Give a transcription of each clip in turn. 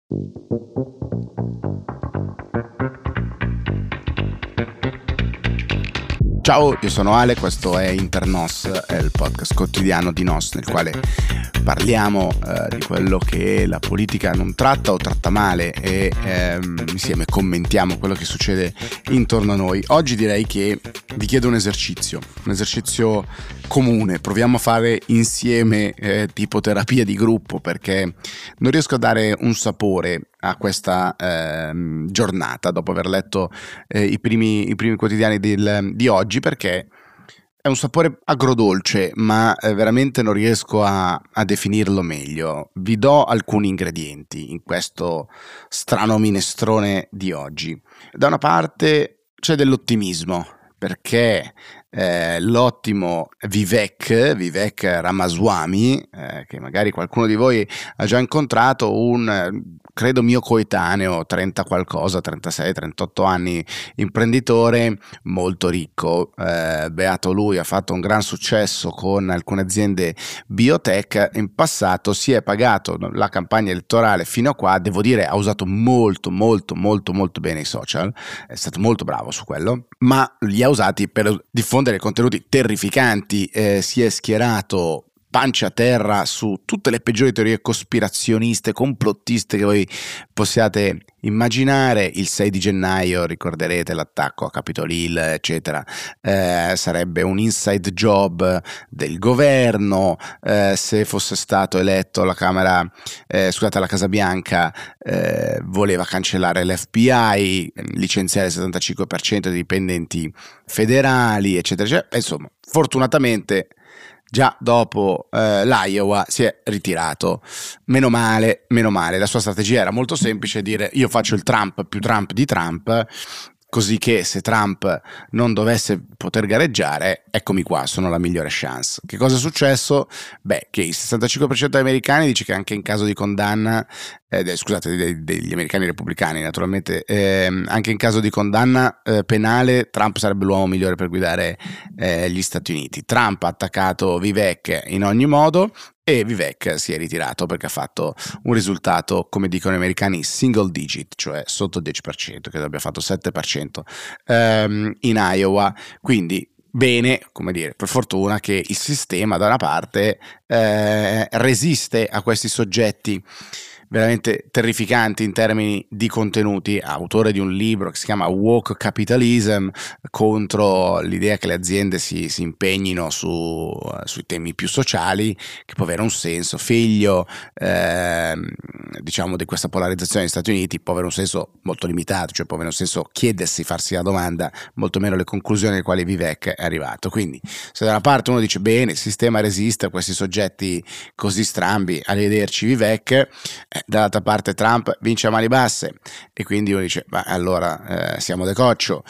Ciao, io sono Ale, questo è Internos, è il podcast quotidiano di NOS nel quale parliamo di quello che la politica non tratta o tratta male e insieme commentiamo quello che succede intorno a noi. Oggi direi che vi chiedo un esercizio comune, proviamo a fare insieme tipo terapia di gruppo, perché non riesco a dare un sapore a questa giornata dopo aver letto i primi quotidiani di oggi, perché è un sapore agrodolce, ma veramente non riesco a definirlo meglio. Vi do alcuni ingredienti in questo strano minestrone di oggi. Da una parte c'è dell'ottimismo, perché l'ottimo Vivek Ramaswamy, che magari qualcuno di voi ha già incontrato, credo mio coetaneo, 30 qualcosa, 36, 38 anni, imprenditore molto ricco, beato lui, ha fatto un gran successo con alcune aziende biotech. In passato si è pagato la campagna elettorale fino a qua, devo dire ha usato molto bene i social, è stato molto bravo su quello, ma li ha usati per diffondere contenuti terrificanti, si è schierato pancia a terra su tutte le peggiori teorie cospirazioniste, complottiste che voi possiate immaginare. Il 6 di gennaio, ricorderete l'attacco a Capitol Hill, eccetera, sarebbe un inside job del governo, se fosse stato eletto alla alla Casa Bianca, voleva cancellare l'FBI, licenziare il 75% dei dipendenti federali, eccetera, eccetera. Insomma, fortunatamente già dopo l'Iowa si è ritirato. Meno male, la sua strategia era molto semplice: dire io faccio il Trump più Trump di Trump, così che se Trump non dovesse poter gareggiare, eccomi qua, sono la migliore chance. Che cosa è successo? Beh, che il 65% degli americani dice che anche in caso di condanna, degli americani repubblicani naturalmente, anche in caso di condanna penale, Trump sarebbe l'uomo migliore per guidare gli Stati Uniti. Trump ha attaccato Vivek in ogni modo e Vivek si è ritirato perché ha fatto un risultato, come dicono gli americani, single digit, cioè sotto il 10%, credo abbia fatto 7% in Iowa. Quindi bene, come dire, per fortuna che il sistema da una parte resiste a questi soggetti veramente terrificanti in termini di contenuti, autore di un libro che si chiama Woke Capitalism, contro l'idea che le aziende si impegnino sui temi più sociali, che può avere un senso, figlio diciamo di questa polarizzazione negli Stati Uniti, può avere un senso molto limitato, cioè può avere un senso chiedersi, farsi la domanda, molto meno le conclusioni alle quali Vivek è arrivato. Quindi se da una parte uno dice bene, il sistema resiste a questi soggetti così strambi, arrivederci Vivek, dall'altra parte Trump vince a mani basse e quindi uno dice ma allora siamo de coccio.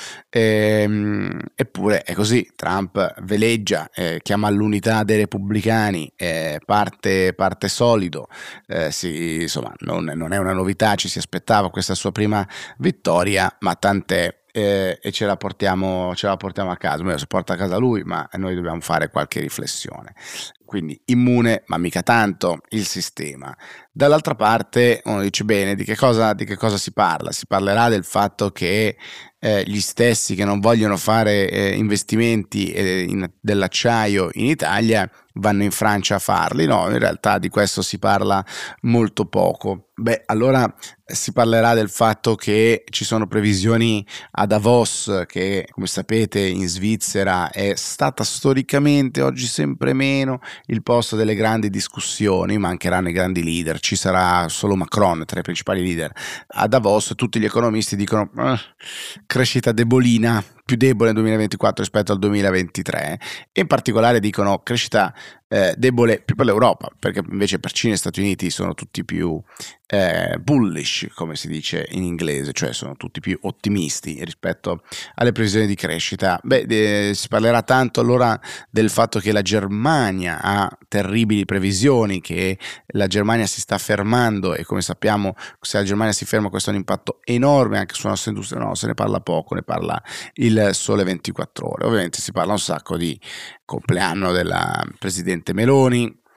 Eppure è così, Trump veleggia, chiama all'unità dei repubblicani, parte solido, insomma non è una novità, ci si aspettava questa sua prima vittoria, ma tant'è. E ce la portiamo a casa. Se porta a casa lui, ma noi dobbiamo fare qualche riflessione. Quindi immune, ma mica tanto, il sistema. Dall'altra parte uno dice bene, di che cosa si parla? Si parlerà del fatto che gli stessi che non vogliono fare investimenti dell'acciaio in Italia vanno in Francia a farli. No, in realtà di questo si parla molto poco. Beh, allora si parlerà del fatto che ci sono previsioni a Davos, che come sapete in Svizzera è stata storicamente, oggi sempre meno, il posto delle grandi discussioni. Mancheranno i grandi leader, ci sarà solo Macron tra i principali leader a Davos. Tutti gli economisti dicono crescita debolina, più debole nel 2024 rispetto al 2023, e in particolare dicono crescita debole più per l'Europa, perché invece per Cina e Stati Uniti sono tutti più bullish, come si dice in inglese, cioè sono tutti più ottimisti rispetto alle previsioni di crescita. Si parlerà tanto allora del fatto che la Germania ha terribili previsioni, che la Germania si sta fermando, e come sappiamo se la Germania si ferma questo ha un impatto enorme anche sulla nostra industria. No, se ne parla poco, ne parla il Sole 24 Ore. Ovviamente si parla un sacco di compleanno della presidente Meloni,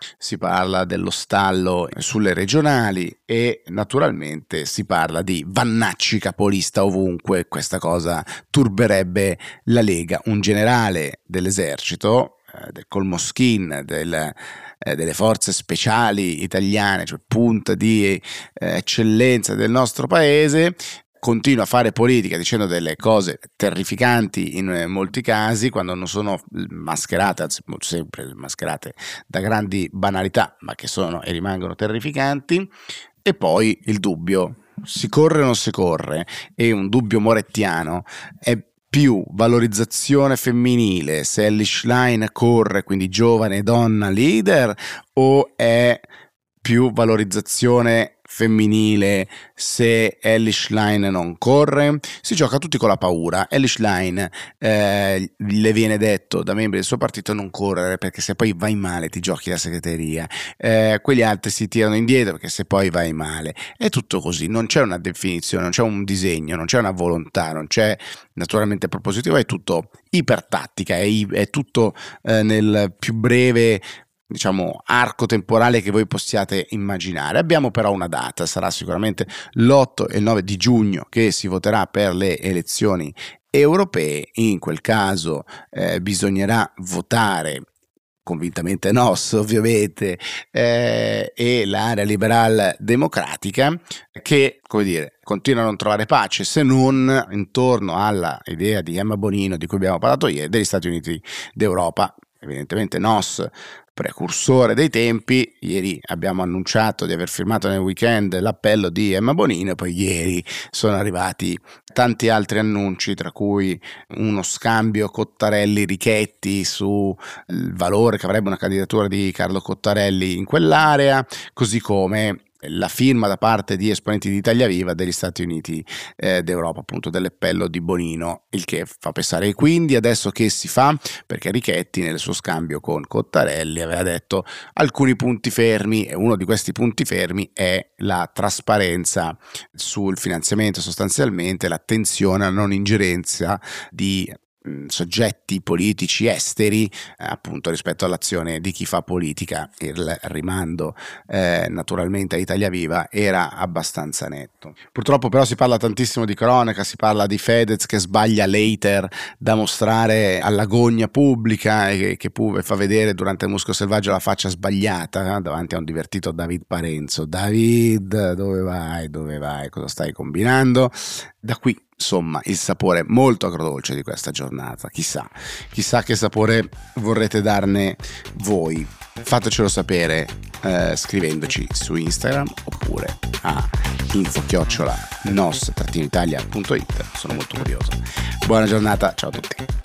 si parla dello stallo sulle regionali e naturalmente si parla di vannacci capolista ovunque. Questa cosa turberebbe la Lega. Un generale dell'esercito, del Colmoschin, delle forze speciali italiane, cioè punta di eccellenza del nostro paese, continua a fare politica dicendo delle cose terrificanti in molti casi, quando non sono mascherate, anzi sempre mascherate da grandi banalità, ma che sono e rimangono terrificanti. E poi il dubbio: si corre o non si corre? E un dubbio morettiano è più valorizzazione femminile se Elly Schlein corre, quindi giovane donna leader, o è più valorizzazione femminile se Elly Schlein non corre? Si gioca tutti con la paura. Elly Schlein le viene detto da membri del suo partito non correre, perché se poi vai male ti giochi la segreteria, quegli altri si tirano indietro perché se poi vai male. È tutto così, non c'è una definizione, non c'è un disegno, non c'è una volontà, non c'è naturalmente propositivo, è tutto ipertattica, è tutto nel più breve, diciamo, arco temporale che voi possiate immaginare. Abbiamo però una data, sarà sicuramente l'8 e il 9 di giugno che si voterà per le elezioni europee. In quel caso bisognerà votare convintamente NOS, ovviamente, e l'area liberal democratica, che, come dire, continua a non trovare pace, se non intorno alla idea di Emma Bonino, di cui abbiamo parlato ieri, degli Stati Uniti d'Europa. Evidentemente NOS, precursore dei tempi. Ieri abbiamo annunciato di aver firmato nel weekend l'appello di Emma Bonino e poi ieri sono arrivati tanti altri annunci, tra cui uno scambio Cottarelli-Richetti sul valore che avrebbe una candidatura di Carlo Cottarelli in quell'area, così come la firma da parte di esponenti di Italia Viva degli Stati Uniti d'Europa, appunto dell'appello di Bonino, il che fa pensare. E quindi adesso che si fa? Perché Richetti nel suo scambio con Cottarelli aveva detto alcuni punti fermi, e uno di questi punti fermi è la trasparenza sul finanziamento, sostanzialmente l'attenzione alla non ingerenza di soggetti politici esteri appunto rispetto all'azione di chi fa politica. Il rimando naturalmente a Italia Viva era abbastanza netto. Purtroppo però si parla tantissimo di cronaca, si parla di Fedez che sbaglia later da mostrare alla gogna pubblica e che fa vedere durante il Musco Selvaggio la faccia sbagliata davanti a un divertito David Parenzo. David, dove vai, cosa stai combinando? Da qui insomma il sapore molto agrodolce di questa giornata. Chissà che sapore vorrete darne voi. Fatecelo sapere scrivendoci su Instagram oppure a info@nos-italia.it. Sono molto curioso. Buona giornata, ciao a tutti.